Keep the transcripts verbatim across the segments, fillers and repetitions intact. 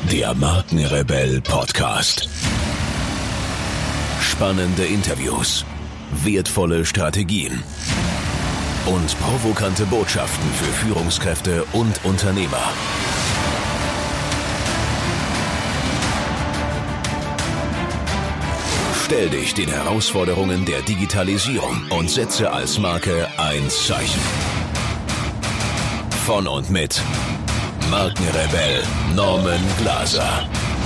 Der Markenrebell Podcast. Spannende Interviews, wertvolle Strategien und provokante Botschaften für Führungskräfte und Unternehmer. Stell dich den Herausforderungen der Digitalisierung und setze als Marke ein Zeichen. Von und mit Markenrebell Norman Glaser.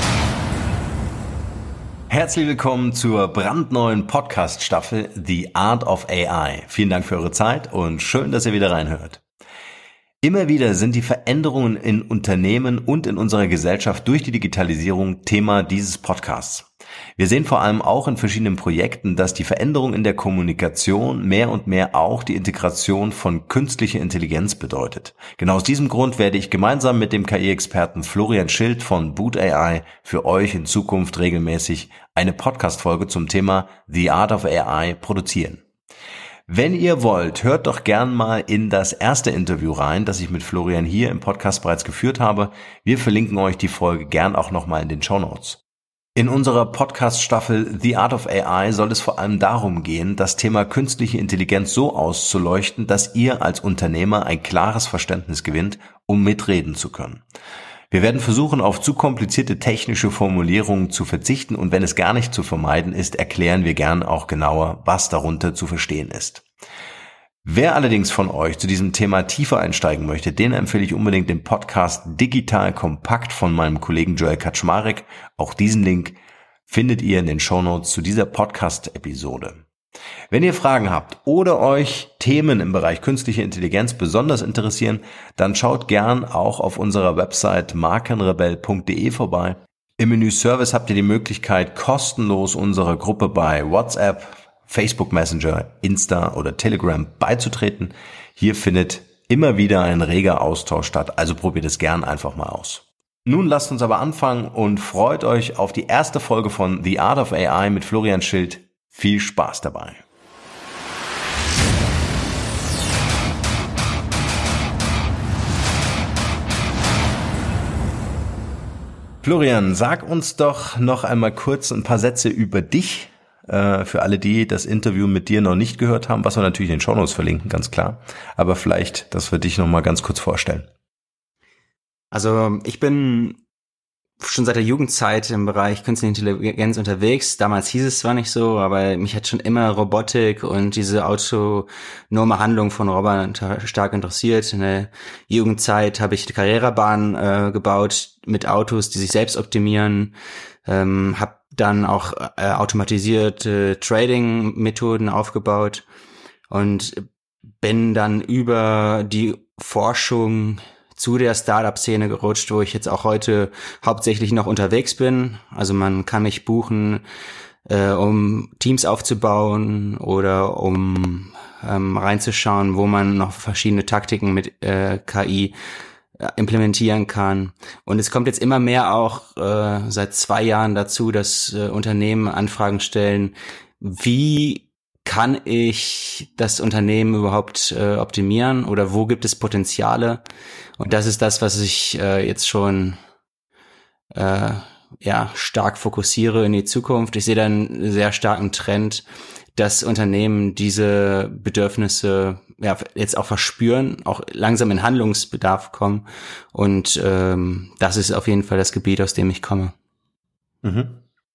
Herzlich willkommen zur brandneuen Podcast-Staffel The Art of A I. Vielen Dank für eure Zeit und schön, dass ihr wieder reinhört. Immer wieder sind die Veränderungen in Unternehmen und in unserer Gesellschaft durch die Digitalisierung Thema dieses Podcasts. Wir sehen vor allem auch in verschiedenen Projekten, dass die Veränderung in der Kommunikation mehr und mehr auch die Integration von künstlicher Intelligenz bedeutet. Genau aus diesem Grund werde ich gemeinsam mit dem K I-Experten Florian Schild von Boot A I für euch in Zukunft regelmäßig eine Podcast-Folge zum Thema The Art of A I produzieren. Wenn ihr wollt, hört doch gern mal in das erste Interview rein, das ich mit Florian hier im Podcast bereits geführt habe. Wir verlinken euch die Folge gern auch nochmal in den Shownotes. In unserer Podcast-Staffel The Art of A I soll es vor allem darum gehen, das Thema künstliche Intelligenz so auszuleuchten, dass ihr als Unternehmer ein klares Verständnis gewinnt, um mitreden zu können. Wir werden versuchen, auf zu komplizierte technische Formulierungen zu verzichten und wenn es gar nicht zu vermeiden ist, erklären wir gern auch genauer, was darunter zu verstehen ist. Wer allerdings von euch zu diesem Thema tiefer einsteigen möchte, den empfehle ich unbedingt den Podcast Digital Kompakt von meinem Kollegen Joel Kaczmarek. Auch diesen Link findet ihr in den Shownotes zu dieser Podcast-Episode. Wenn ihr Fragen habt oder euch Themen im Bereich künstliche Intelligenz besonders interessieren, dann schaut gern auch auf unserer Website markenrebell punkt de vorbei. Im Menü Service habt ihr die Möglichkeit, kostenlos unserer Gruppe bei WhatsApp, Facebook Messenger, Insta oder Telegram beizutreten. Hier findet immer wieder ein reger Austausch statt, also probiert es gern einfach mal aus. Nun lasst uns aber anfangen und freut euch auf die erste Folge von The Art of A I mit Florian Schild. Viel Spaß dabei. Florian, sag uns doch noch einmal kurz ein paar Sätze über dich. Für alle, die das Interview mit dir noch nicht gehört haben, was wir natürlich in den Shownotes verlinken, ganz klar. Aber vielleicht, dass wir dich noch mal ganz kurz vorstellen. Also ich bin schon seit der Jugendzeit im Bereich Künstliche Intelligenz unterwegs. Damals hieß es zwar nicht so, aber mich hat schon immer Robotik und diese autonome Handlung von Robotern stark interessiert. In der Jugendzeit habe ich die Karrierebahn äh, gebaut mit Autos, die sich selbst optimieren. Ähm, habe dann auch äh, automatisierte Trading-Methoden aufgebaut und bin dann über die Forschung zu der Startup-Szene gerutscht, wo ich jetzt auch heute hauptsächlich noch unterwegs bin. Also man kann mich buchen, äh, um Teams aufzubauen oder um ähm, reinzuschauen, wo man noch verschiedene Taktiken mit äh, K I implementieren kann. Und es kommt jetzt immer mehr auch äh, seit zwei Jahren dazu, dass äh, Unternehmen Anfragen stellen, wie kann ich das Unternehmen überhaupt äh, optimieren oder wo gibt es Potenziale? Und das ist das, was ich äh, jetzt schon äh, ja stark fokussiere in die Zukunft. Ich sehe da einen sehr starken Trend, dass Unternehmen diese Bedürfnisse ja jetzt auch verspüren, auch langsam in Handlungsbedarf kommen. Und ähm, das ist auf jeden Fall das Gebiet, aus dem ich komme. Mhm.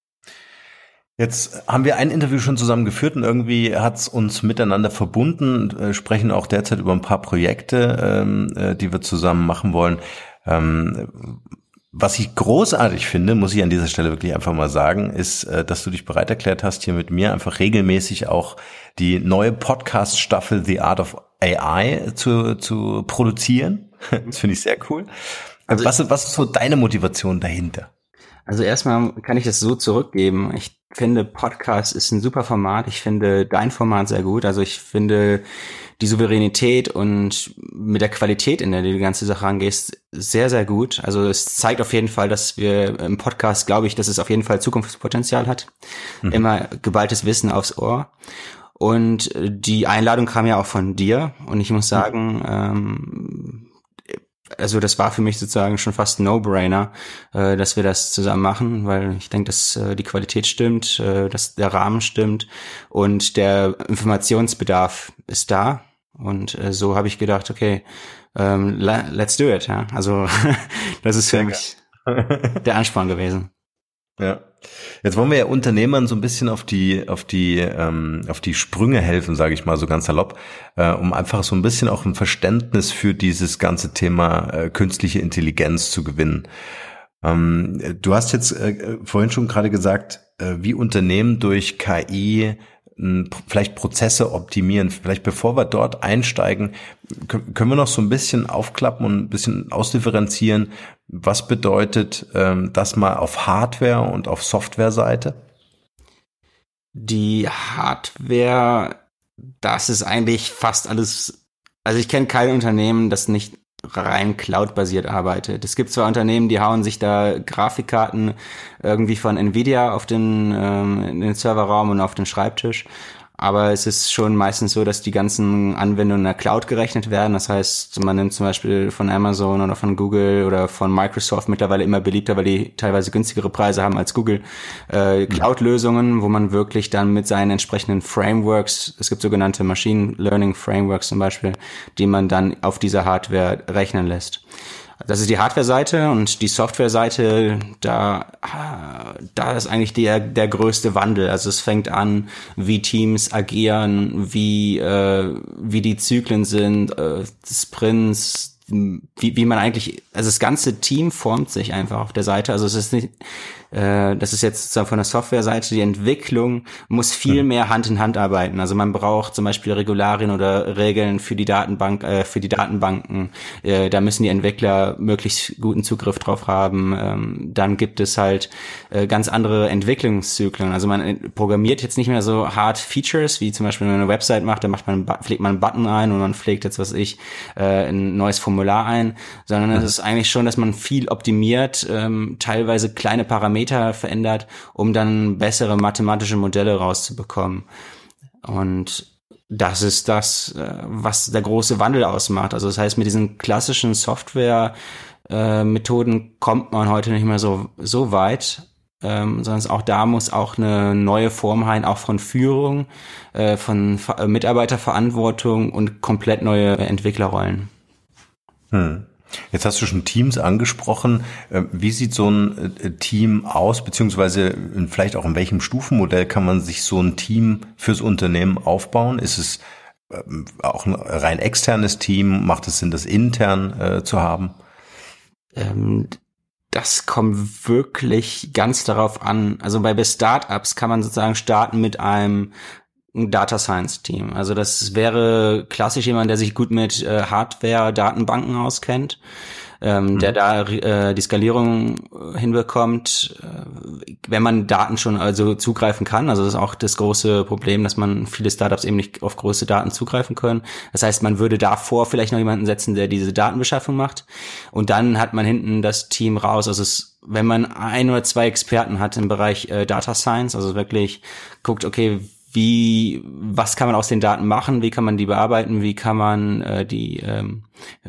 Jetzt haben wir ein Interview schon zusammen geführt und irgendwie hat es uns miteinander verbunden, äh, sprechen auch derzeit über ein paar Projekte, ähm, äh, die wir zusammen machen wollen. Ähm, Was ich großartig finde, muss ich an dieser Stelle wirklich einfach mal sagen, ist, dass du dich bereit erklärt hast, hier mit mir einfach regelmäßig auch die neue Podcast-Staffel The Art of A I zu, zu produzieren. Das finde ich sehr cool. Also was, was ist so deine Motivation dahinter? Also erstmal kann ich das so zurückgeben. Ich finde, Podcast ist ein super Format. Ich finde dein Format sehr gut. Also ich finde die Souveränität und mit der Qualität, in der du die ganze Sache angehst, sehr, sehr gut. Also es zeigt auf jeden Fall, dass wir im Podcast, glaube ich, dass es auf jeden Fall Zukunftspotenzial hat. Mhm. Immer geballtes Wissen aufs Ohr. Und die Einladung kam ja auch von dir. Und ich muss sagen, mhm. ähm, also das war für mich sozusagen schon fast ein No-Brainer, äh, dass wir das zusammen machen, weil ich denke, dass äh, die Qualität stimmt, äh, dass der Rahmen stimmt und der Informationsbedarf ist da. Und äh, so habe ich gedacht, okay, ähm, let's do it. Ja? Also das ist für mich der Ansporn gewesen. Ja. Jetzt wollen wir ja Unternehmern so ein bisschen auf die auf die ähm, auf die Sprünge helfen, sage ich mal so ganz salopp, äh, um einfach so ein bisschen auch ein Verständnis für dieses ganze Thema äh, künstliche Intelligenz zu gewinnen. Ähm, du hast jetzt äh, vorhin schon gerade gesagt, äh, wie Unternehmen durch K I vielleicht Prozesse optimieren. Vielleicht bevor wir dort einsteigen, können wir noch so ein bisschen aufklappen und ein bisschen ausdifferenzieren, was bedeutet ähm, das mal auf Hardware- und auf Software-Seite? Die Hardware, das ist eigentlich fast alles, also ich kenne kein Unternehmen, das nicht rein Cloud-basiert arbeitet. Es gibt zwar Unternehmen, die hauen sich da Grafikkarten irgendwie von Nvidia auf den, ähm, in den Serverraum und auf den Schreibtisch, aber es ist schon meistens so, dass die ganzen Anwendungen in der Cloud gerechnet werden. Das heißt, man nimmt zum Beispiel von Amazon oder von Google oder von Microsoft, mittlerweile immer beliebter, weil die teilweise günstigere Preise haben als Google, äh, Cloud-Lösungen, wo man wirklich dann mit seinen entsprechenden Frameworks, es gibt sogenannte Machine Learning Frameworks zum Beispiel, die man dann auf dieser Hardware rechnen lässt. Das ist die Hardware-Seite, und die Software-Seite, da, da ist eigentlich der, der größte Wandel. Also es fängt an, wie Teams agieren, wie, äh, wie die Zyklen sind, äh, Sprints, wie, wie man eigentlich, also das ganze Team formt sich einfach auf der Seite. Also es ist nicht, äh, das ist jetzt sozusagen von der Softwareseite, die Entwicklung muss viel mehr Hand in Hand arbeiten. Also man braucht zum Beispiel Regularien oder Regeln für die Datenbank, äh, für die Datenbanken. Äh, da müssen die Entwickler möglichst guten Zugriff drauf haben. Ähm, dann gibt es halt äh, ganz andere Entwicklungszyklen. Also man programmiert jetzt nicht mehr so Hard Features, wie zum Beispiel, wenn man eine Website macht, dann macht man, pflegt man einen Button ein und man pflegt jetzt, was weiß ich, äh, ein neues Formular ein, sondern es ist eigentlich schon, dass man viel optimiert, ähm, teilweise kleine Parameter verändert, um dann bessere mathematische Modelle rauszubekommen. Und das ist das, äh, was der große Wandel ausmacht. Also das heißt, mit diesen klassischen Software-Methoden äh, kommt man heute nicht mehr so so weit, ähm, sondern auch da muss auch eine neue Form rein, auch von Führung, äh, von Ver- Mitarbeiterverantwortung und komplett neue Entwicklerrollen. Hm. Jetzt hast du schon Teams angesprochen. Wie sieht so ein Team aus, beziehungsweise vielleicht auch in welchem Stufenmodell kann man sich so ein Team fürs Unternehmen aufbauen? Ist es auch ein rein externes Team? Macht es Sinn, das intern äh, zu haben? Ähm, das kommt wirklich ganz darauf an. Also bei Startups kann man sozusagen starten mit einem ein Data Science Team. Also das wäre klassisch jemand, der sich gut mit äh, Hardware, Datenbanken auskennt, ähm, mhm. der da äh, die Skalierung hinbekommt, äh, wenn man Daten schon also zugreifen kann. Also das ist auch das große Problem, dass man viele Startups eben nicht auf große Daten zugreifen können. Das heißt, man würde davor vielleicht noch jemanden setzen, der diese Datenbeschaffung macht, und dann hat man hinten das Team raus. Also es, wenn man ein oder zwei Experten hat im Bereich äh, Data Science, also wirklich guckt, okay, wie, was kann man aus den Daten machen, wie kann man die bearbeiten, wie kann man äh, die ähm,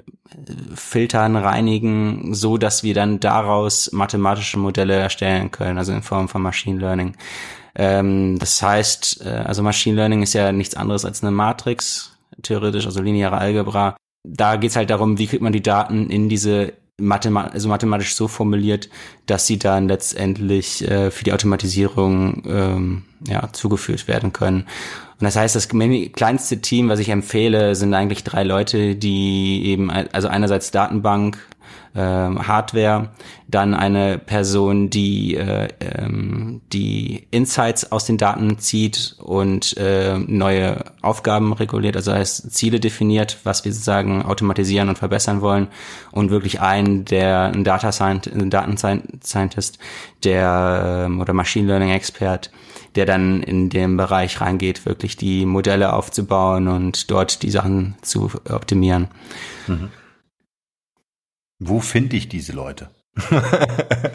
filtern, reinigen, so dass wir dann daraus mathematische Modelle erstellen können, also in Form von Machine Learning. Ähm, das heißt, äh, also Machine Learning ist ja nichts anderes als eine Matrix, theoretisch, also lineare Algebra. Da geht's halt darum, wie kriegt man die Daten in diese Mathemat- also mathematisch so formuliert, dass sie dann letztendlich äh, für die Automatisierung ähm, ja, zugeführt werden können. Und das heißt, das kleinste Team, was ich empfehle, sind eigentlich drei Leute, die eben, also einerseits Datenbank, ähm, Hardware, dann eine Person, die äh, ähm, die Insights aus den Daten zieht und äh, neue Aufgaben reguliert, also heißt Ziele definiert, was wir sozusagen automatisieren und verbessern wollen, und wirklich einen, der ein Data Scientist, ein Daten Scientist, der ähm, oder Machine Learning Expert, der dann in dem Bereich reingeht, wirklich die Modelle aufzubauen und dort die Sachen zu optimieren. Mhm. Wo finde ich diese Leute?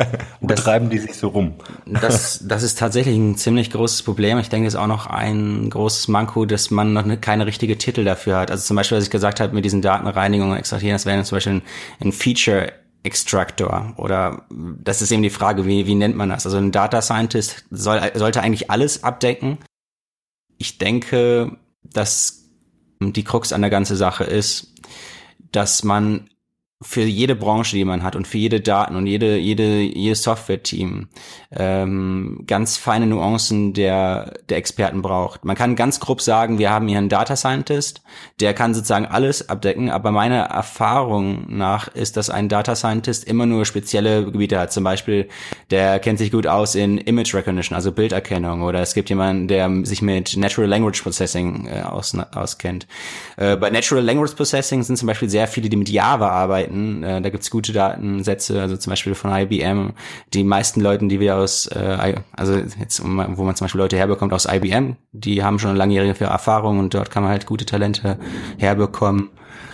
Wo das, treiben die sich so rum? Das, das ist tatsächlich ein ziemlich großes Problem. Ich denke, das ist auch noch ein großes Manko, dass man noch eine, keine richtige Titel dafür hat. Also zum Beispiel, was ich gesagt habe, mit diesen Datenreinigungen und Extrahieren, das wäre zum Beispiel ein, ein Feature Extractor oder das ist eben die Frage, wie, wie nennt man das? Also ein Data Scientist soll, sollte eigentlich alles abdecken. Ich denke, dass die Krux an der ganzen Sache ist, dass man für jede Branche, die man hat und für jede Daten und jede jede jedes Software-Team ähm, ganz feine Nuancen der der Experten braucht. Man kann ganz grob sagen, wir haben hier einen Data Scientist, der kann sozusagen alles abdecken, aber meiner Erfahrung nach ist, dass ein Data Scientist immer nur spezielle Gebiete hat. Zum Beispiel, der kennt sich gut aus in Image Recognition, also Bilderkennung, oder es gibt jemanden, der sich mit Natural Language Processing äh, aus, auskennt. Äh, bei Natural Language Processing sind zum Beispiel sehr viele, die mit Java arbeiten. Da gibt's gute Datensätze, also zum Beispiel von I B M. Die meisten Leute, die wir aus, äh, also jetzt, wo man zum Beispiel Leute herbekommt aus I B M, die haben schon eine langjährige Erfahrung und dort kann man halt gute Talente herbekommen.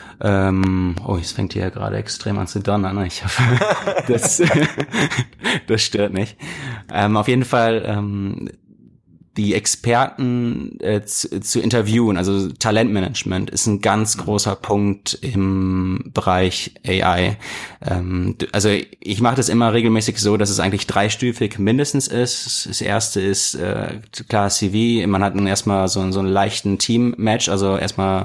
Ähm, oh, es fängt hier gerade extrem an zu donnern. Ich hoffe, das, das stört nicht. Ähm, auf jeden Fall, ähm, die Experten äh, zu, zu interviewen, also Talentmanagement ist ein ganz großer Punkt im Bereich A I. Ähm, also ich mache das immer regelmäßig so, dass es eigentlich dreistufig mindestens ist. Das erste ist äh, klar C V, man hat dann erstmal so, so einen leichten Team-Match, also erstmal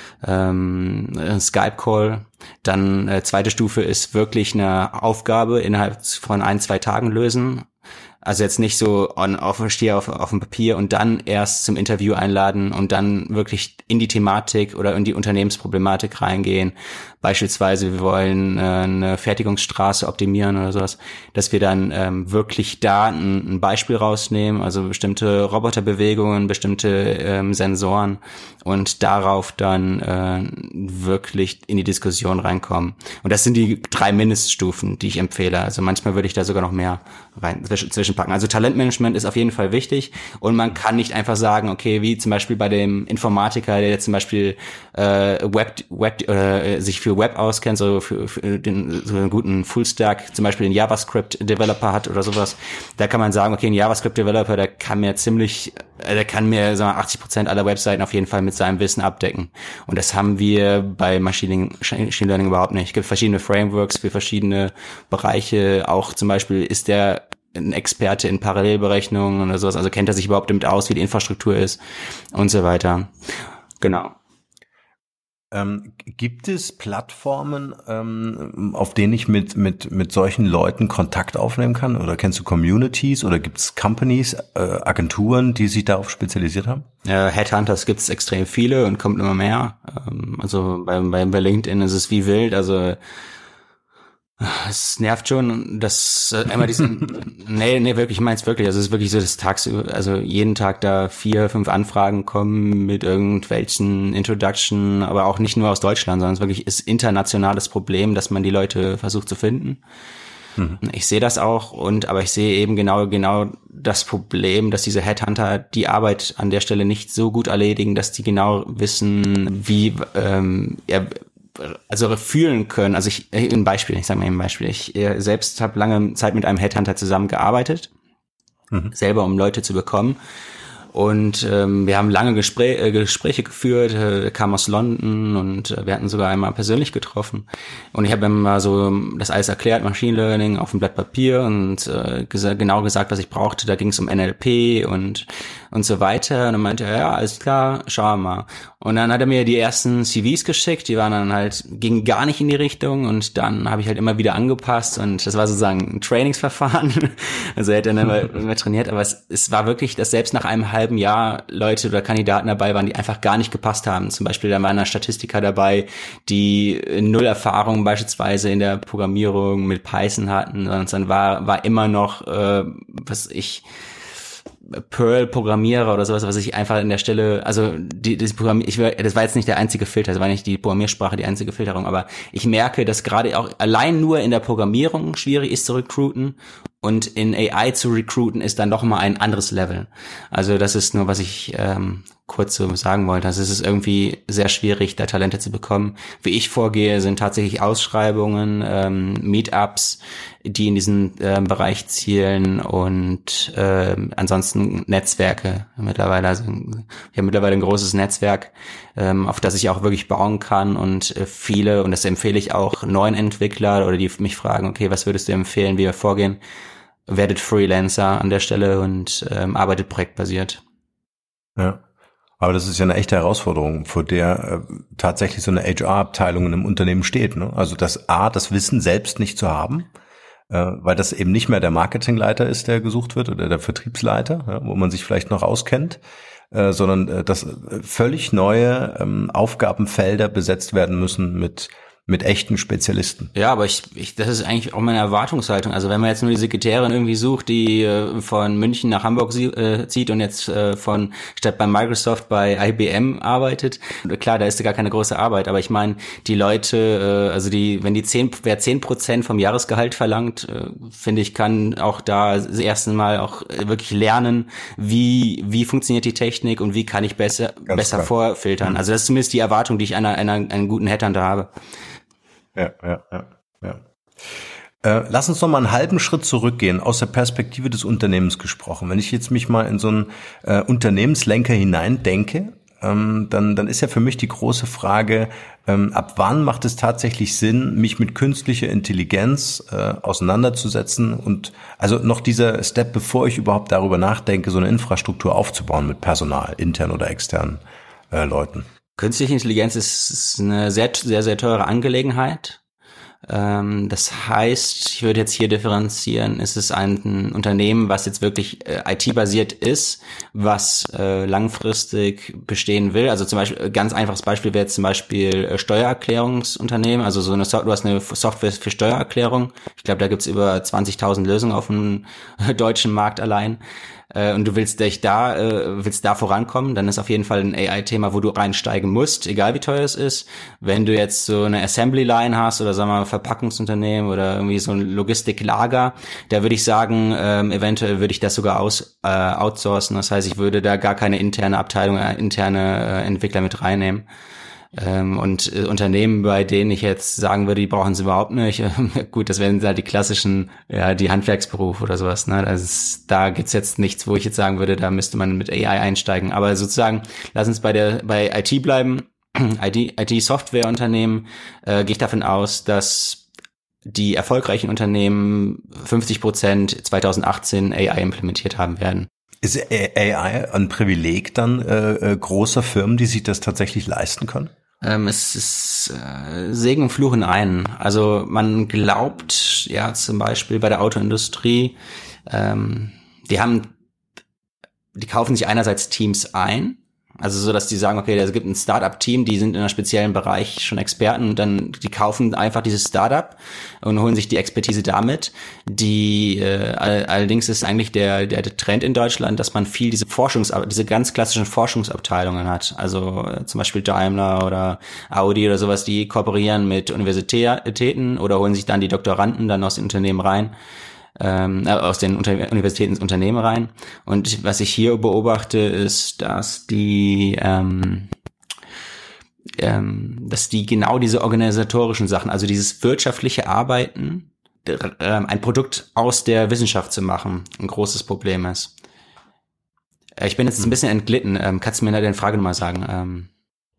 ähm, ein Skype-Call. Dann äh, zweite Stufe ist wirklich eine Aufgabe innerhalb von ein, zwei Tagen lösen. Also jetzt nicht so on, auf, stehe auf, auf dem Papier und dann erst zum Interview einladen und dann wirklich in die Thematik oder in die Unternehmensproblematik reingehen. Beispielsweise, wir wollen äh, eine Fertigungsstraße optimieren oder sowas, dass wir dann ähm, wirklich da ein, ein Beispiel rausnehmen, also bestimmte Roboterbewegungen, bestimmte ähm, Sensoren und darauf dann äh, wirklich in die Diskussion reinkommen. Und das sind die drei Mindeststufen, die ich empfehle. Also manchmal würde ich da sogar noch mehr rein zwischenpacken. Also Talentmanagement ist auf jeden Fall wichtig und man kann nicht einfach sagen, okay, wie zum Beispiel bei dem Informatiker, der jetzt zum Beispiel äh, Web, Web äh, sich für Web auskennt, so für, für den so einen guten Fullstack, zum Beispiel einen JavaScript-Developer hat oder sowas, da kann man sagen, okay, ein JavaScript-Developer, der kann mir ziemlich, äh, der kann mir sagen wir, achtzig Prozent aller Webseiten auf jeden Fall mit seinem Wissen abdecken. Und das haben wir bei Machine, Machine Learning überhaupt nicht. Es gibt verschiedene Frameworks für verschiedene Bereiche. Auch zum Beispiel ist der ein Experte in Parallelberechnungen oder sowas, also kennt er sich überhaupt damit aus, wie die Infrastruktur ist und so weiter. Genau. Ähm, gibt es Plattformen, ähm, auf denen ich mit mit mit solchen Leuten Kontakt aufnehmen kann? Oder kennst du Communities oder gibt es Companies, äh, Agenturen, die sich darauf spezialisiert haben? Ja, Headhunters gibt es extrem viele und kommt immer mehr. Ähm, also bei, bei, bei LinkedIn ist es wie wild, also es nervt schon, dass äh, einmal diesen, nee, nee, wirklich, ich mein's wirklich, also es ist wirklich so, dass tagsüber, also jeden Tag da vier, fünf Anfragen kommen mit irgendwelchen Introduction, aber auch nicht nur aus Deutschland, sondern es wirklich ist internationales Problem, dass man die Leute versucht zu finden. Mhm. Ich sehe das auch und, aber ich sehe eben genau, genau das Problem, dass diese Headhunter die Arbeit an der Stelle nicht so gut erledigen, dass die genau wissen, wie, ähm, ja, also fühlen können, also ich, ein Beispiel, ich sage mal ein Beispiel, ich selbst habe lange Zeit mit einem Headhunter zusammengearbeitet, mhm. selber um Leute zu bekommen und ähm, wir haben lange Gespräch, äh, Gespräche geführt, äh, kam aus London und äh, wir hatten sogar einmal persönlich getroffen und ich habe ihm mal so das alles erklärt, Machine Learning auf dem Blatt Papier und äh, gesa- genau gesagt, was ich brauchte, da ging es um N L P und und so weiter und dann meinte er, ja, alles klar, schauen wir mal. Und dann hat er mir die ersten C Vs geschickt, die waren dann halt, gingen gar nicht in die Richtung und dann habe ich halt immer wieder angepasst und das war sozusagen ein Trainingsverfahren. Also er hat dann immer, immer trainiert, aber es, es war wirklich, dass selbst nach einem halben Jahr Leute oder Kandidaten dabei waren, die einfach gar nicht gepasst haben. Zum Beispiel, da waren da Statistiker dabei, die null Erfahrung beispielsweise in der Programmierung mit Python hatten und dann war, war immer noch, äh, was ich, Perl-Programmierer oder sowas, was ich einfach an der Stelle, also die, das Programm, ich will, das war jetzt nicht der einzige Filter, das war nicht die Programmiersprache die einzige Filterung, aber ich merke, dass gerade auch allein nur in der Programmierung schwierig ist zu recruiten und in A I zu recruiten ist dann noch mal ein anderes Level. Also das ist nur, was ich ähm, kurz so sagen wollte. Also es ist irgendwie sehr schwierig, da Talente zu bekommen. Wie ich vorgehe, sind tatsächlich Ausschreibungen, ähm, Meetups, die in diesen ähm, Bereich zielen und ähm, ansonsten Netzwerke mittlerweile. Also wir haben mittlerweile ein großes Netzwerk, ähm, auf das ich auch wirklich bauen kann und äh, viele, und das empfehle ich auch neuen Entwickler oder die mich fragen, okay, was würdest du empfehlen, wie wir vorgehen? Werdet Freelancer an der Stelle und ähm, arbeitet projektbasiert. Ja, aber das ist ja eine echte Herausforderung, vor der äh, tatsächlich so eine H R-Abteilung in einem Unternehmen steht. Ne? Also das A, das Wissen selbst nicht zu haben, äh, weil das eben nicht mehr der Marketingleiter ist, der gesucht wird, oder der Vertriebsleiter, ja, wo man sich vielleicht noch auskennt, äh, sondern äh, dass völlig neue ähm, Aufgabenfelder besetzt werden müssen mit mit echten Spezialisten. Ja, aber ich, ich, das ist eigentlich auch meine Erwartungshaltung. Also wenn man jetzt nur die Sekretärin irgendwie sucht, die äh, von München nach Hamburg sie, äh, zieht und jetzt äh, von statt bei Microsoft bei I B M arbeitet, klar, da ist ja gar keine große Arbeit. Aber ich meine, die Leute, äh, also die, wenn die zehn, wer zehn Prozent vom Jahresgehalt verlangt, äh, finde ich, kann auch da das erste Mal auch wirklich lernen, wie wie funktioniert die Technik und wie kann ich besser Ganz besser klar. vorfiltern. Also das ist zumindest die Erwartung, die ich einer einer einen guten Headhunter habe. Ja, ja, ja, ja. Äh, lass uns noch mal einen halben Schritt zurückgehen, aus der Perspektive des Unternehmens gesprochen. Wenn ich jetzt mich mal in so einen äh, Unternehmenslenker hineindenke, ähm, dann, dann ist ja für mich die große Frage, ähm, ab wann macht es tatsächlich Sinn, mich mit künstlicher Intelligenz äh, auseinanderzusetzen und also noch dieser Step, bevor ich überhaupt darüber nachdenke, so eine Infrastruktur aufzubauen mit Personal, intern oder externen äh, Leuten. Künstliche Intelligenz ist eine sehr, sehr, sehr teure Angelegenheit. Ähm, das heißt, ich würde jetzt hier differenzieren, ist es ein, ein Unternehmen, was jetzt wirklich äh, I T-basiert ist, was äh, langfristig bestehen will. Also zum Beispiel, ganz einfaches Beispiel wäre jetzt zum Beispiel äh, Steuererklärungsunternehmen, also so eine so- du hast eine Software für Steuererklärung. Ich glaube, da gibt's über zwanzigtausend Lösungen auf dem äh, deutschen Markt allein. Und du willst dich da, äh, willst da vorankommen, dann ist auf jeden Fall ein A I-Thema, wo du reinsteigen musst, egal wie teuer es ist. Wenn du jetzt so eine Assembly-Line hast oder sagen wir mal Verpackungsunternehmen oder irgendwie so ein Logistiklager, da würde ich sagen, ähm, eventuell würde ich das sogar aus äh, outsourcen. Das heißt, ich würde da gar keine interne Abteilung, äh, interne äh, Entwickler mit reinnehmen. Ähm, und äh, Unternehmen, bei denen ich jetzt sagen würde, die brauchen es überhaupt nicht. Gut, das wären halt die klassischen, ja, die Handwerksberufe oder sowas. Ne? Das ist, da gibt's jetzt nichts, wo ich jetzt sagen würde, da müsste man mit A I einsteigen. Aber sozusagen, lass uns bei der bei I T bleiben. I T-Softwareunternehmen äh, gehe ich davon aus, dass die erfolgreichen Unternehmen fünfzig Prozent zwanzig achtzehn A I implementiert haben werden. Ist A I ein Privileg dann äh, großer Firmen, die sich das tatsächlich leisten können? Ähm, es ist äh, Segen und Fluch in einen. Also man glaubt, ja, zum Beispiel bei der Autoindustrie, ähm, die haben, die kaufen sich einerseits Teams ein, also so, dass die sagen, okay, es gibt ein Startup-Team, die sind in einem speziellen Bereich schon Experten und dann, die kaufen einfach dieses Startup und holen sich die Expertise damit. Die, äh, allerdings ist eigentlich der, der Trend in Deutschland, dass man viel diese Forschungs, diese ganz klassischen Forschungsabteilungen hat. Also äh, zum Beispiel Daimler oder Audi oder sowas, die kooperieren mit Universitäten oder holen sich dann die Doktoranden dann aus den Unternehmen rein. Ähm, aus den Unter- Universitäten ins Unternehmen rein. Und was ich hier beobachte, ist, dass die ähm, ähm, dass die genau diese organisatorischen Sachen, also dieses wirtschaftliche Arbeiten, der, ähm, ein Produkt aus der Wissenschaft zu machen, ein großes Problem ist. Äh, ich bin jetzt ein bisschen entglitten. Ähm, kannst du mir da deine Frage nochmal sagen? Ähm,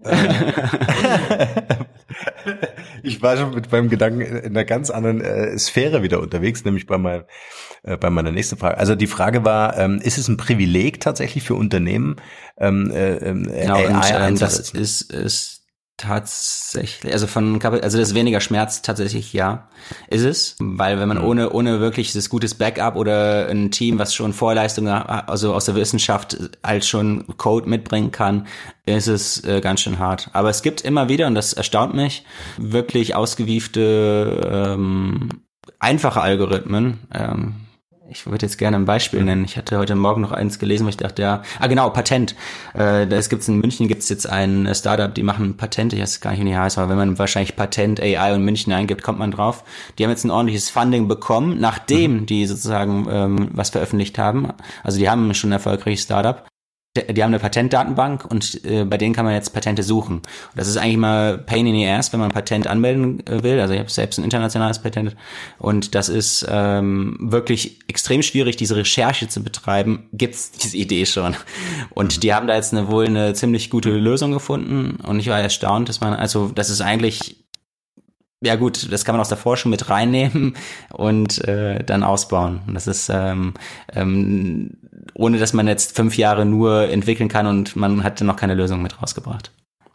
Ich war schon mit meinem Gedanken in einer ganz anderen äh, Sphäre wieder unterwegs, nämlich bei, mein, äh, bei meiner nächsten Frage. Also die Frage war, ähm, ist es ein Privileg tatsächlich für Unternehmen, ähm, äh, genau, A I und, ähm, das einzusetzen? ist, ist tatsächlich, also von Kap- also das ist weniger Schmerz tatsächlich, ja, ist es, weil wenn man mhm. ohne ohne wirklich das gutes Backup oder ein Team, was schon Vorleistungen, also aus der Wissenschaft als schon Code mitbringen kann, ist es äh, ganz schön hart. Aber es gibt immer wieder, und das erstaunt mich, wirklich ausgewiefte, ähm, einfache Algorithmen, ähm, ich würde jetzt gerne ein Beispiel nennen. Ich hatte heute Morgen noch eins gelesen, wo ich dachte, ja, ah genau, Patent. Äh, es gibt's in München gibt's jetzt ein Startup, die machen Patente, ich weiß gar nicht, wie die heißt, aber wenn man wahrscheinlich Patent, A I und München eingibt, kommt man drauf. Die haben jetzt ein ordentliches Funding bekommen, nachdem mhm. die sozusagen ähm, was veröffentlicht haben. Also die haben schon ein erfolgreiches Startup. Die haben eine Patentdatenbank und äh, bei denen kann man jetzt Patente suchen. Und das ist eigentlich mal Pain in the Ass, wenn man ein Patent anmelden äh, will. Also ich habe selbst ein internationales Patent und das ist ähm, wirklich extrem schwierig, diese Recherche zu betreiben. Gibt's diese Idee schon? Und die haben da jetzt eine, wohl eine ziemlich gute Lösung gefunden und ich war erstaunt, dass man, also das ist eigentlich, ja gut, das kann man aus der Forschung mit reinnehmen und äh, dann ausbauen. Und das ist ähm, ähm, ohne dass man jetzt fünf Jahre nur entwickeln kann und man hat dann noch keine Lösung mit rausgebracht.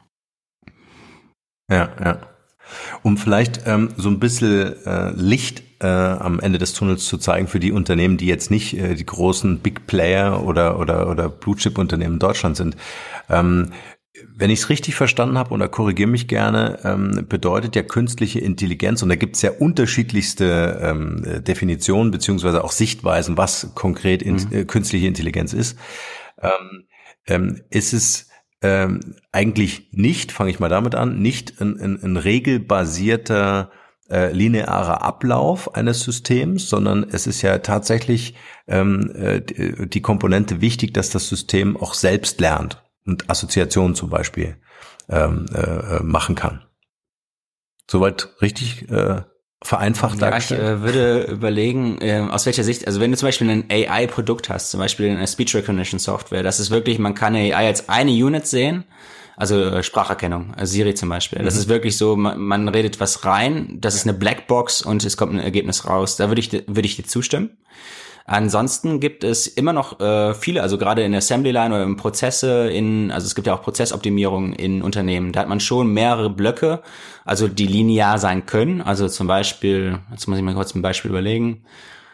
Ja, ja. Um vielleicht ähm, so ein bisschen äh, Licht äh, am Ende des Tunnels zu zeigen für die Unternehmen, die jetzt nicht äh, die großen Big Player oder oder oder Blue Chip Unternehmen in Deutschland sind. Ähm, Wenn ich es richtig verstanden habe, und da korrigiere mich gerne, ähm, bedeutet ja künstliche Intelligenz, und da gibt es ja unterschiedlichste ähm, Definitionen beziehungsweise auch Sichtweisen, was konkret in, mhm. äh, künstliche Intelligenz ist. Ähm, ähm, ist es ähm, eigentlich nicht, fange ich mal damit an, nicht ein, ein, ein regelbasierter äh, linearer Ablauf eines Systems, sondern es ist ja tatsächlich ähm, äh, die Komponente wichtig, dass das System auch selbst lernt und Assoziationen zum Beispiel ähm, äh, machen kann. Soweit richtig äh, vereinfacht ja, dargestellt? Ich äh, würde überlegen, äh, aus welcher Sicht, also wenn du zum Beispiel ein A I-Produkt hast, zum Beispiel eine Speech Recognition Software, das ist wirklich, man kann A I als eine Unit sehen, also äh, Spracherkennung, also Siri zum Beispiel. Das mhm. ist wirklich so, man, man redet was rein, das ist eine Blackbox und es kommt ein Ergebnis raus. Da würde ich, würde ich dir zustimmen. Ansonsten gibt es immer noch äh, viele, also gerade in Assembly Line oder in Prozesse, in, also es gibt ja auch Prozessoptimierung in Unternehmen. Da hat man schon mehrere Blöcke, also die linear sein können. Also zum Beispiel, jetzt muss ich mal kurz ein Beispiel überlegen.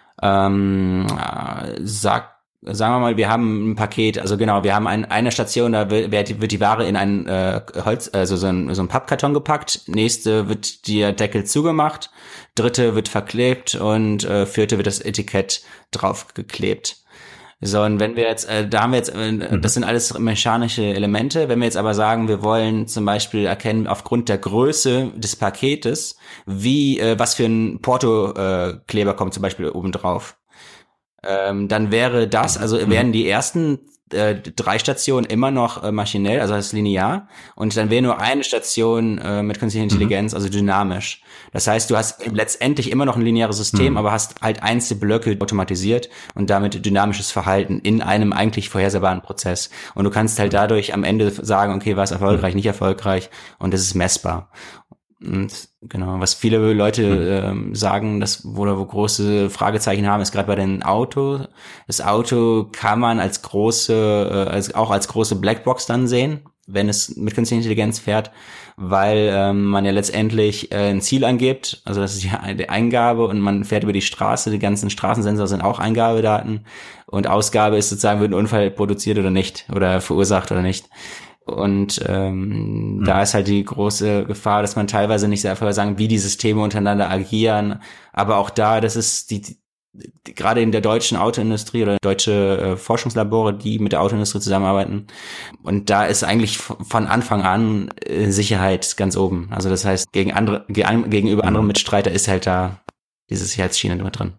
Ähm, äh, sag, sagen wir mal, wir haben ein Paket, also genau, wir haben ein, eine Station, da wird, wird die Ware in ein äh, Holz, also so ein, so ein Pappkarton gepackt. Nächste wird der Deckel zugemacht. Dritte wird verklebt und äh, vierte wird das Etikett draufgeklebt. So, und wenn wir jetzt, äh, da haben wir jetzt, äh, das sind alles mechanische Elemente. Wenn wir jetzt aber sagen, wir wollen zum Beispiel erkennen, aufgrund der Größe des Paketes, wie, äh, was für ein Porto-Kleber äh, kommt zum Beispiel oben drauf, ähm, dann wäre das, also wären die ersten äh, drei Stationen immer noch äh, maschinell, also das ist linear, und dann wäre nur eine Station äh, mit künstlicher Intelligenz, mhm. also dynamisch. Das heißt, du hast letztendlich immer noch ein lineares System, mhm. aber hast halt einzelne Blöcke automatisiert und damit dynamisches Verhalten in einem eigentlich vorhersehbaren Prozess. Und du kannst halt dadurch am Ende sagen, okay, war es erfolgreich, mhm. nicht erfolgreich, und das ist messbar. Und genau, was viele Leute ähm, sagen, dass wo, wo große Fragezeichen haben, ist gerade bei den Autos. Das Auto kann man als große, äh, als auch als große Blackbox dann sehen, wenn es mit künstlicher Intelligenz fährt, weil ähm, man ja letztendlich äh, ein Ziel angibt, also das ist die, die Eingabe, und man fährt über die Straße, die ganzen Straßensensor sind auch Eingabedaten, und Ausgabe ist sozusagen, wird ein Unfall produziert oder nicht, oder verursacht oder nicht. Und ähm, mhm. da ist halt die große Gefahr, dass man teilweise nicht sehr vorher sagen, wie die Systeme untereinander agieren. Aber auch da, das ist die, die, die gerade in der deutschen Autoindustrie oder deutsche äh, Forschungslabore, die mit der Autoindustrie zusammenarbeiten. Und da ist eigentlich von Anfang an äh, Sicherheit ganz oben. Also das heißt, gegen andere, gegen, gegenüber mhm. anderen Mitstreiter ist halt da diese Sicherheitsschiene immer drin.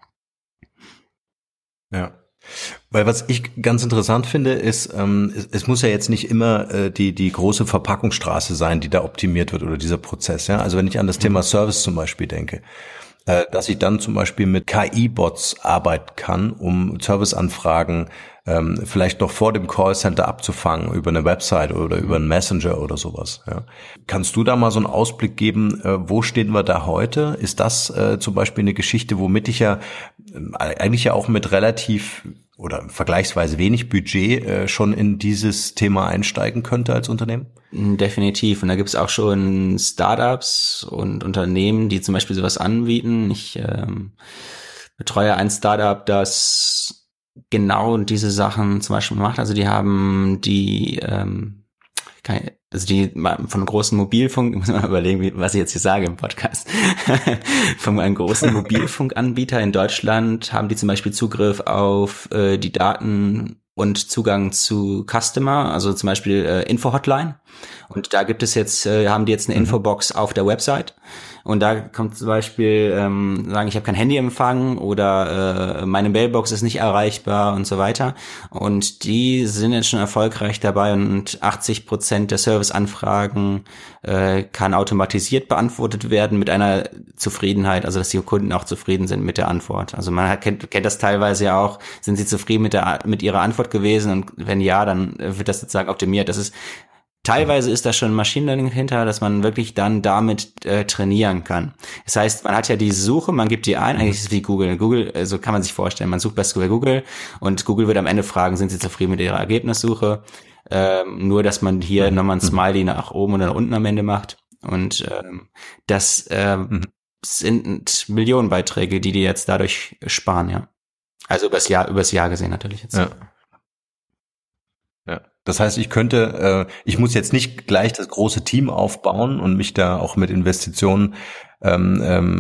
Ja. Weil was ich ganz interessant finde, ist, ähm, es, es muss ja jetzt nicht immer äh, die die große Verpackungsstraße sein, die da optimiert wird oder dieser Prozess. Ja, also wenn ich an das Thema Service zum Beispiel denke, äh, dass ich dann zum Beispiel mit K I-Bots arbeiten kann, um Serviceanfragen ähm, vielleicht noch vor dem Callcenter abzufangen über eine Website oder über einen Messenger oder sowas. Ja. Kannst du da mal so einen Ausblick geben, äh, wo stehen wir da heute? Ist das äh, zum Beispiel eine Geschichte, womit ich ja äh, eigentlich ja auch mit relativ oder vergleichsweise wenig Budget äh, schon in dieses Thema einsteigen könnte als Unternehmen? Definitiv. Und da gibt es auch schon Startups und Unternehmen, die zum Beispiel sowas anbieten. Ich ähm, betreue ein Startup, das genau diese Sachen zum Beispiel macht. Also die haben die ähm, kein, also die von großen Mobilfunk, ich muss mal überlegen, wie, was ich jetzt hier sage im Podcast, von einem großen Mobilfunkanbieter in Deutschland haben die zum Beispiel Zugriff auf äh, die Daten und Zugang zu Customer, also zum Beispiel äh, Info-Hotline. Und da gibt es jetzt, äh, haben die jetzt eine Infobox auf der Website. Und da kommt zum Beispiel, ähm, sagen, ich habe kein Handyempfang oder äh, meine Mailbox ist nicht erreichbar und so weiter. Und die sind jetzt schon erfolgreich dabei und achtzig Prozent der Serviceanfragen äh, kann automatisiert beantwortet werden mit einer Zufriedenheit, also dass die Kunden auch zufrieden sind mit der Antwort. Also man hat, kennt, kennt das teilweise ja auch, sind sie zufrieden mit der mit ihrer Antwort gewesen und wenn ja, dann wird das sozusagen optimiert. Das ist Teilweise ist da schon Machine Learning hinter, dass man wirklich dann damit äh, trainieren kann. Das heißt, man hat ja die Suche, man gibt die ein, eigentlich ist es wie Google. Google, so also kann man sich vorstellen, man sucht bei Google und Google wird am Ende fragen, sind Sie zufrieden mit Ihrer Ergebnissuche? Ähm, nur, dass man hier nochmal ein Smiley nach oben oder nach unten am Ende macht. Und ähm, das ähm, sind Millionenbeiträge, die die jetzt dadurch sparen, ja. Also übers Jahr, übers Jahr gesehen natürlich jetzt. Ja. Ja. Das heißt, ich könnte, äh, ich muss jetzt nicht gleich das große Team aufbauen und mich da auch mit Investitionen ähm,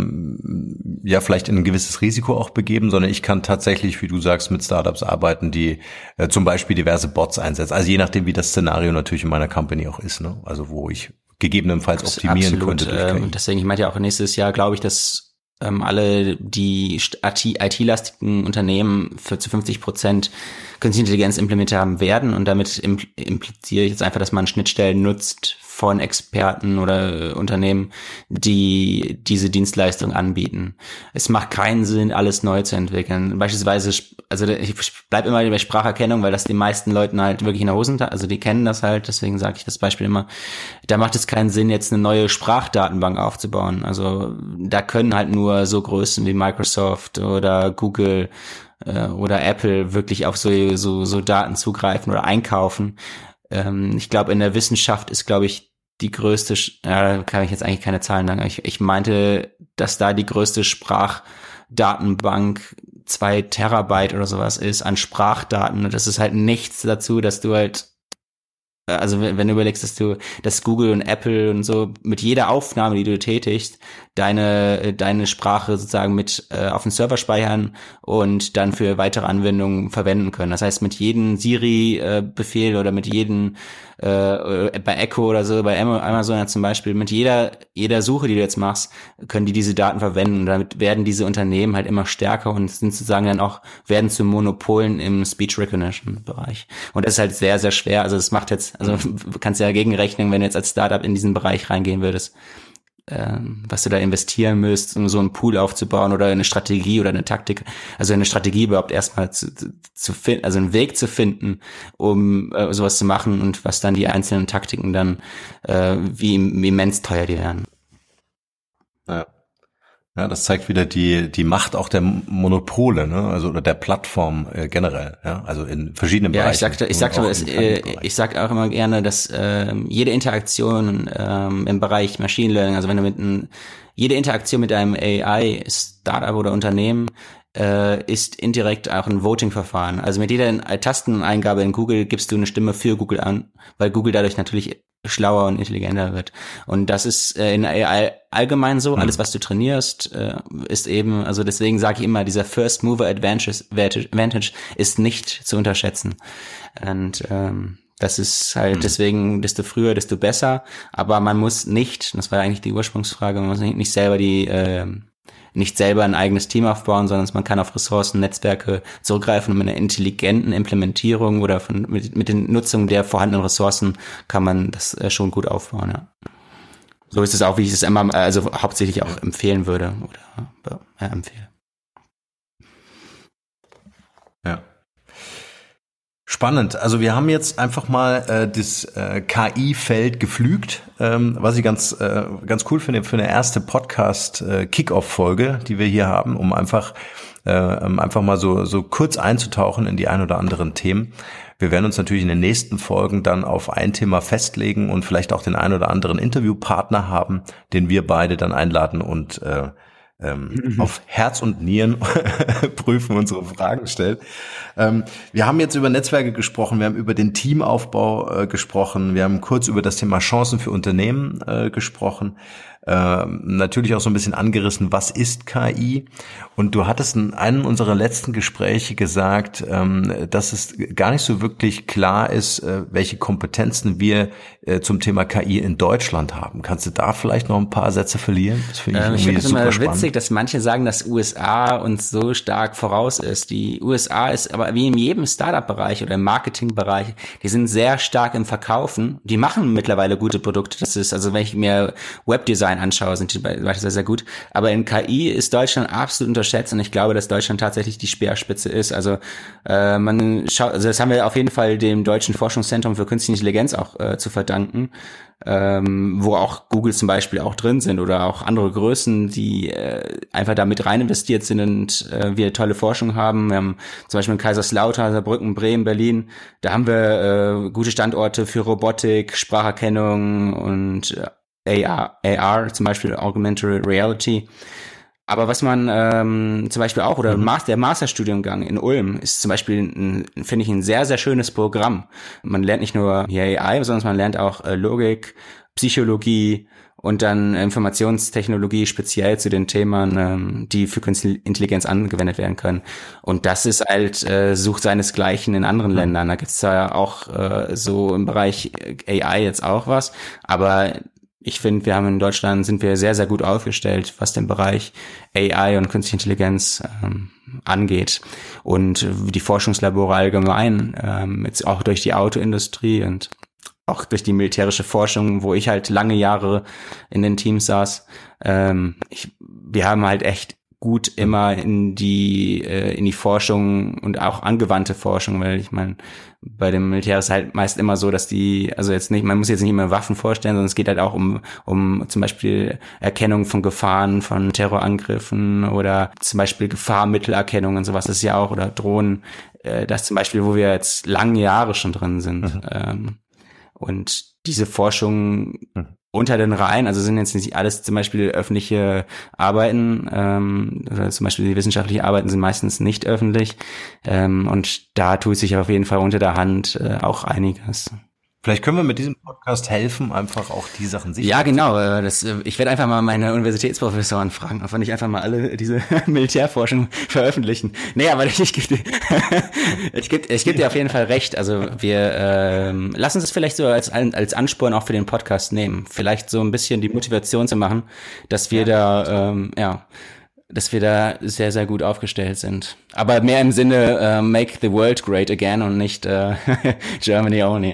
ähm, ja vielleicht in ein gewisses Risiko auch begeben, sondern ich kann tatsächlich, wie du sagst, mit Startups arbeiten, die äh, zum Beispiel diverse Bots einsetzen. Also je nachdem, wie das Szenario natürlich in meiner Company auch ist, ne? Also wo ich gegebenenfalls optimieren Absolut. könnte. Durch K I. Ähm, deswegen, ich meinte ja auch nächstes Jahr, glaube ich, dass ähm, alle die I T-lastigen Unternehmen für zu fünfzig Prozent Künstliche Intelligenz implementiert haben werden und damit impliziere ich jetzt einfach, dass man Schnittstellen nutzt von Experten oder äh, Unternehmen, die diese Dienstleistung anbieten. Es macht keinen Sinn, alles neu zu entwickeln. Beispielsweise, also ich bleib immer bei Spracherkennung, weil das den meisten Leuten halt wirklich in der Hosentasche, also die kennen das halt, deswegen sage ich das Beispiel immer. Da macht es keinen Sinn, jetzt eine neue Sprachdatenbank aufzubauen. Also da können halt nur so Größen wie Microsoft oder Google äh, oder Apple wirklich auf so, so, so Daten zugreifen oder einkaufen. Ähm, ich glaube, in der Wissenschaft ist, glaube ich, die größte, ja, da kann ich jetzt eigentlich keine Zahlen sagen, ich, ich meinte, dass da die größte Sprachdatenbank zwei Terabyte oder sowas ist an Sprachdaten. Und das ist halt nichts dazu, dass du halt, also wenn, wenn du überlegst, dass du, dass Google und Apple und so mit jeder Aufnahme, die du tätigst, deine deine Sprache sozusagen mit äh, auf den Server speichern und dann für weitere Anwendungen verwenden können. Das heißt, mit jedem Siri-Befehl äh, oder mit jedem äh, bei Echo oder so, bei Amazon ja zum Beispiel, mit jeder jeder Suche, die du jetzt machst, können die diese Daten verwenden. Und damit werden diese Unternehmen halt immer stärker und sind sozusagen dann auch, werden zu Monopolen im Speech Recognition Bereich. Und das ist halt sehr, sehr schwer. Also es macht jetzt, also du kannst ja gegenrechnen, wenn du jetzt als Startup in diesen Bereich reingehen würdest, ähm, was du da investieren müsst, um so einen Pool aufzubauen oder eine Strategie oder eine Taktik, also eine Strategie überhaupt erstmal zu, zu finden, also einen Weg zu finden, um äh, sowas zu machen und was dann die einzelnen Taktiken dann, äh, wie, wie immens teuer die werden. Ja. Ja, das zeigt wieder die die Macht auch der Monopole, ne? Also oder der Plattform äh, generell, ja, also in verschiedenen ja, Bereichen. Ich sagte, ich sagte, es, äh, ich sag auch immer gerne, dass äh, jede Interaktion ähm, im Bereich Machine Learning, also wenn du mit ein, jede Interaktion mit einem A I-Startup oder Unternehmen äh, ist indirekt auch ein Voting-Verfahren. Also mit jeder Tasteneingabe in Google gibst du eine Stimme für Google an, weil Google dadurch natürlich schlauer und intelligenter wird. Und das ist äh, in A I allgemein so. Alles, was du trainierst, äh, ist eben, also deswegen sage ich immer, dieser First Mover Advantage, Advantage ist nicht zu unterschätzen. Und ähm, das ist halt deswegen, desto früher, desto besser. Aber man muss nicht, das war eigentlich die Ursprungsfrage, man muss nicht, nicht selber die äh, nicht selber ein eigenes Team aufbauen, sondern man kann auf Ressourcen, Netzwerke zurückgreifen und mit einer intelligenten Implementierung oder von, mit, mit den Nutzung der vorhandenen Ressourcen kann man das äh, schon gut aufbauen, ja. So ist es auch, wie ich es immer, also hauptsächlich auch empfehlen würde oder ja, empfehle. Ja. Spannend. Also wir haben jetzt einfach mal äh, das äh, K I-Feld geflügt, ähm, was ich ganz äh, ganz cool finde für eine erste Podcast-Kick-Off-Folge, die wir hier haben, um einfach äh, einfach mal so so kurz einzutauchen in die ein oder anderen Themen. Wir werden uns natürlich in den nächsten Folgen dann auf ein Thema festlegen und vielleicht auch den ein oder anderen Interviewpartner haben, den wir beide dann einladen und äh, ähm, mhm. auf Herz und Nieren prüfen, unsere Fragen stellt. Ähm, wir haben jetzt über Netzwerke gesprochen, wir haben über den Teamaufbau äh, gesprochen, wir haben kurz über das Thema Chancen für Unternehmen äh, gesprochen. Ähm, natürlich auch so ein bisschen angerissen, was ist K I? Und du hattest in einem unserer letzten Gespräche gesagt, ähm, dass es gar nicht so wirklich klar ist, äh, welche Kompetenzen wir äh, zum Thema K I in Deutschland haben. Kannst du da vielleicht noch ein paar Sätze verlieren? Das finde ich ähm, irgendwie ich super immer spannend. Witzig, dass manche sagen, dass U S A uns so stark voraus ist. Die U S A ist aber wie in jedem Startup-Bereich oder im Marketing-Bereich, die sind sehr stark im Verkaufen. Die machen mittlerweile gute Produkte. Das ist, also wenn ich mir Webdesign anschaue, sind die beispielsweise sehr gut. Aber in K I ist Deutschland absolut unterschätzt und ich glaube, dass Deutschland tatsächlich die Speerspitze ist. Also äh, man schaut, also das haben wir auf jeden Fall dem Deutschen Forschungszentrum für Künstliche Intelligenz auch äh, zu verdanken, ähm, wo auch Google zum Beispiel auch drin sind oder auch andere Größen, die äh, einfach da mit rein investiert sind und äh, wir tolle Forschung haben. Wir haben zum Beispiel in Kaiserslautern, Saarbrücken, Bremen, Berlin, da haben wir äh, gute Standorte für Robotik, Spracherkennung und äh, A R, A R, zum Beispiel Augmented Reality. Aber was man ähm, zum Beispiel auch, oder mhm. der Masterstudiengang in Ulm ist zum Beispiel, finde ich, ein sehr, sehr schönes Programm. Man lernt nicht nur hier A I, sondern man lernt auch äh, Logik, Psychologie und dann Informationstechnologie speziell zu den Themen, ähm, die für Künstliche Intelligenz angewendet werden können. Und das ist halt, äh, sucht seinesgleichen in anderen mhm. Ländern. Da gibt's ja auch äh, so im Bereich A I jetzt auch was, aber ich finde, wir haben in Deutschland, sind wir sehr, sehr gut aufgestellt, was den Bereich A I und Künstliche Intelligenz ähm, angeht. Und die Forschungslabore allgemein, ähm, jetzt auch durch die Autoindustrie und auch durch die militärische Forschung, wo ich halt lange Jahre in den Teams saß. Ähm, ich, wir haben halt echt gut immer in die äh, in die Forschung und auch angewandte Forschung, weil ich meine, bei dem Militär ist halt meist immer so, dass die, also jetzt nicht, man muss jetzt nicht immer Waffen vorstellen, sondern es geht halt auch um um zum Beispiel Erkennung von Gefahren, von Terrorangriffen oder zum Beispiel Gefahrmittelerkennung und sowas, das ist ja auch, oder Drohnen, äh, das zum Beispiel, wo wir jetzt lange Jahre schon drin sind. Mhm. Ähm, und diese Forschung mhm. unter den Reihen, also sind jetzt nicht alles zum Beispiel öffentliche Arbeiten, ähm, oder zum Beispiel die wissenschaftlichen Arbeiten sind meistens nicht öffentlich, ähm, und da tut sich auf jeden Fall unter der Hand äh, auch einiges. Vielleicht können wir mit diesem Podcast helfen, einfach auch die Sachen sicher. Ja, genau. Das, ich werde einfach mal meine Universitätsprofessoren fragen, ob wir nicht einfach mal alle diese Militärforschung veröffentlichen. Nee, aber ich gebe ich geb, ich geb dir auf jeden Fall recht. Also wir ähm, lassen es vielleicht so als als Ansporn auch für den Podcast nehmen. Vielleicht so ein bisschen die Motivation zu machen, dass wir da ähm, ja dass wir da sehr, sehr gut aufgestellt sind. Aber mehr im Sinne uh, make the world great again und nicht uh, Germany only.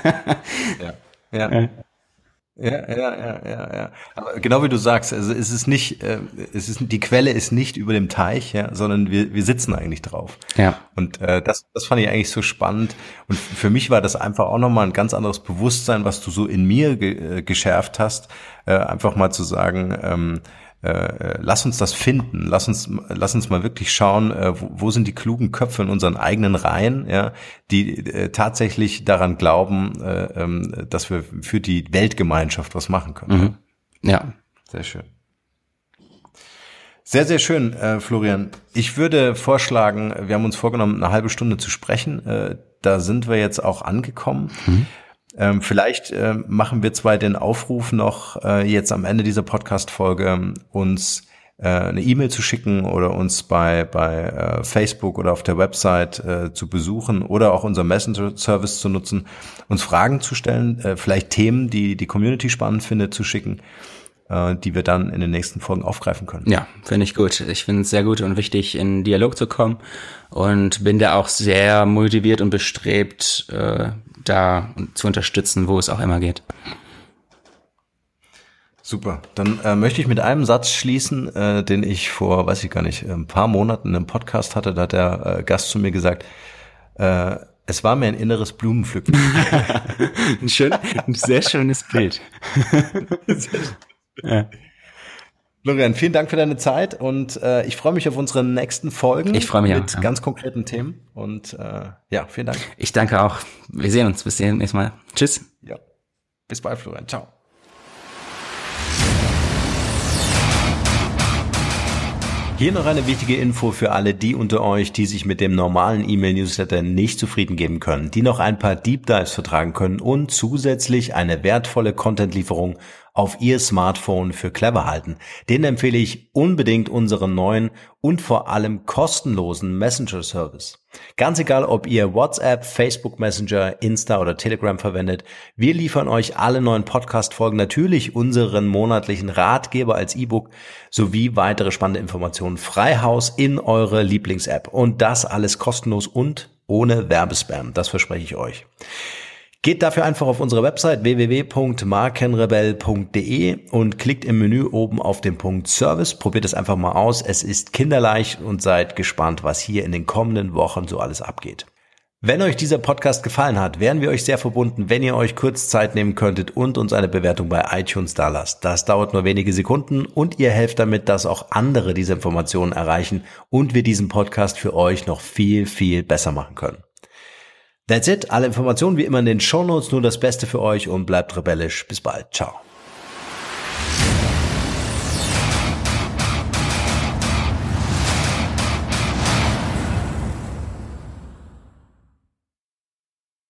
ja. Ja. Ja. Ja, ja, ja, ja, ja. Aber genau wie du sagst, also es ist nicht, äh, es ist die Quelle ist nicht über dem Teich, ja, sondern wir wir sitzen eigentlich drauf. Ja. Und äh, das das fand ich eigentlich so spannend. Und für mich war das einfach auch nochmal ein ganz anderes Bewusstsein, was du so in mir ge- äh, geschärft hast, äh, einfach mal zu sagen, ähm, Äh, lass uns das finden, lass uns, lass uns mal wirklich schauen, äh, wo, wo sind die klugen Köpfe in unseren eigenen Reihen, ja, die äh, tatsächlich daran glauben, äh, ähm, dass wir für die Weltgemeinschaft was machen können. Mhm. Ja, sehr schön. Sehr, sehr schön, äh, Florian. Ich würde vorschlagen, wir haben uns vorgenommen, eine halbe Stunde zu sprechen. Äh, da sind wir jetzt auch angekommen. Mhm. Ähm, vielleicht äh, machen wir zwei den Aufruf noch, äh, jetzt am Ende dieser Podcast-Folge uns äh, eine E-Mail zu schicken oder uns bei bei äh, Facebook oder auf der Website äh, zu besuchen oder auch unser Messenger-Service zu nutzen, uns Fragen zu stellen, äh, vielleicht Themen, die die Community spannend findet, zu schicken, äh, die wir dann in den nächsten Folgen aufgreifen können. Ja, finde ich gut. Ich finde es sehr gut und wichtig, in Dialog zu kommen und bin da auch sehr motiviert und bestrebt, äh, da zu unterstützen, wo es auch immer geht. Super. Dann äh, möchte ich mit einem Satz schließen, äh, den ich vor, weiß ich gar nicht, ein paar Monaten in einem Podcast hatte. Da hat der äh, Gast zu mir gesagt, äh, es war mir ein inneres Blumenpflücken. ein, schön, ein sehr schönes Bild. ja. Florian, vielen Dank für deine Zeit und äh, ich freue mich auf unsere nächsten Folgen. Ich freue mich mit auch. Ja. ganz konkreten Themen und äh, ja, vielen Dank. Ich danke auch. Wir sehen uns. Bis zum nächsten Mal. Tschüss. Ja. Bis bald, Florian. Ciao. Hier noch eine wichtige Info für alle die unter euch, die sich mit dem normalen E-Mail-Newsletter nicht zufrieden geben können, die noch ein paar Deep Dives vertragen können und zusätzlich eine wertvolle Content-Lieferung auf ihr Smartphone für clever halten. Denen empfehle ich unbedingt unseren neuen und vor allem kostenlosen Messenger-Service. Ganz egal, ob ihr WhatsApp, Facebook Messenger, Insta oder Telegram verwendet, wir liefern euch alle neuen Podcast-Folgen, natürlich unseren monatlichen Ratgeber als E-Book sowie weitere spannende Informationen frei Haus in eure Lieblings-App. Und das alles kostenlos und ohne Werbespam, das verspreche ich euch. Geht dafür einfach auf unsere Website w w w punkt markenrebell punkt d e und klickt im Menü oben auf den Punkt Service. Probiert es einfach mal aus. Es ist kinderleicht und seid gespannt, was hier in den kommenden Wochen so alles abgeht. Wenn euch dieser Podcast gefallen hat, wären wir euch sehr verbunden, wenn ihr euch kurz Zeit nehmen könntet und uns eine Bewertung bei iTunes dalasst. Das dauert nur wenige Sekunden und ihr helft damit, dass auch andere diese Informationen erreichen und wir diesen Podcast für euch noch viel, viel besser machen können. That's it. Alle Informationen wie immer in den Shownotes. Nur das Beste für euch und bleibt rebellisch. Bis bald. Ciao.